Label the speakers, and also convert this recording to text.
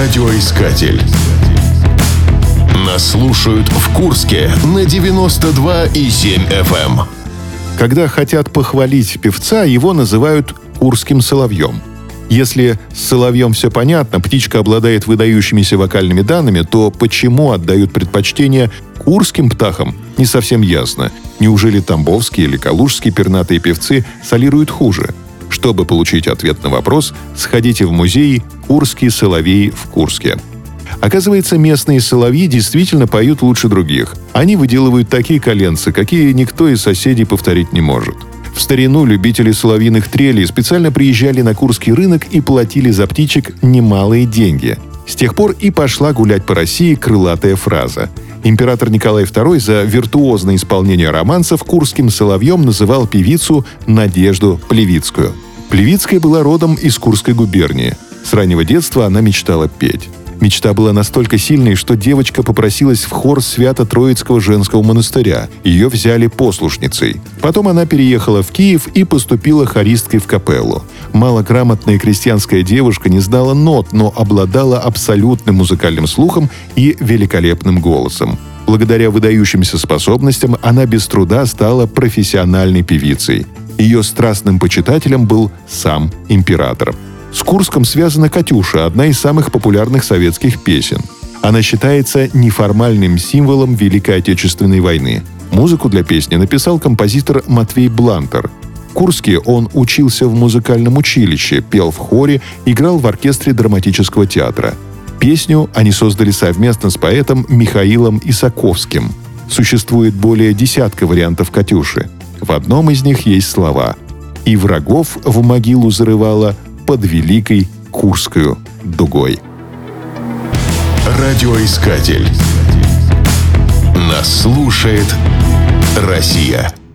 Speaker 1: Радиоискатель. Нас слушают в Курске на 92,7 FM.
Speaker 2: Когда хотят похвалить певца, его называют курским соловьем. Если с соловьем все понятно, птичка обладает выдающимися вокальными данными, то почему отдают предпочтение курским птахам, не совсем ясно. Неужели тамбовские или калужские пернатые певцы солируют хуже? Чтобы получить ответ на вопрос, сходите в музей «Курский соловей» в Курске. Оказывается, местные соловьи действительно поют лучше других. Они выделывают такие коленцы, какие никто из соседей повторить не может. В старину любители соловьиных трелей специально приезжали на Курский рынок и платили за птичек немалые деньги. С тех пор и пошла гулять по России крылатая фраза. Император Николай II за виртуозное исполнение романсов курским соловьем называл певицу Надежду Плевицкую. Плевицкая была родом из Курской губернии. С раннего детства она мечтала петь. Мечта была настолько сильной, что девочка попросилась в хор Свято-Троицкого женского монастыря. Ее взяли послушницей. Потом она переехала в Киев и поступила хористкой в капеллу. Малограмотная крестьянская девушка не знала нот, но обладала абсолютным музыкальным слухом и великолепным голосом. Благодаря выдающимся способностям она без труда стала профессиональной певицей. Ее страстным почитателем был сам император. С Курском связана «Катюша», одна из самых популярных советских песен. Она считается неформальным символом Великой Отечественной войны. Музыку для песни написал композитор Матвей Блантер. В Курске он учился в музыкальном училище, пел в хоре, играл в оркестре драматического театра. Песню они создали совместно с поэтом Михаилом Исаковским. Существует более десятка вариантов «Катюши». В одном из них есть слова «И врагов в могилу зарывала под великой Курскую дугой».
Speaker 1: Радиоискатель. Нас слушает Россия.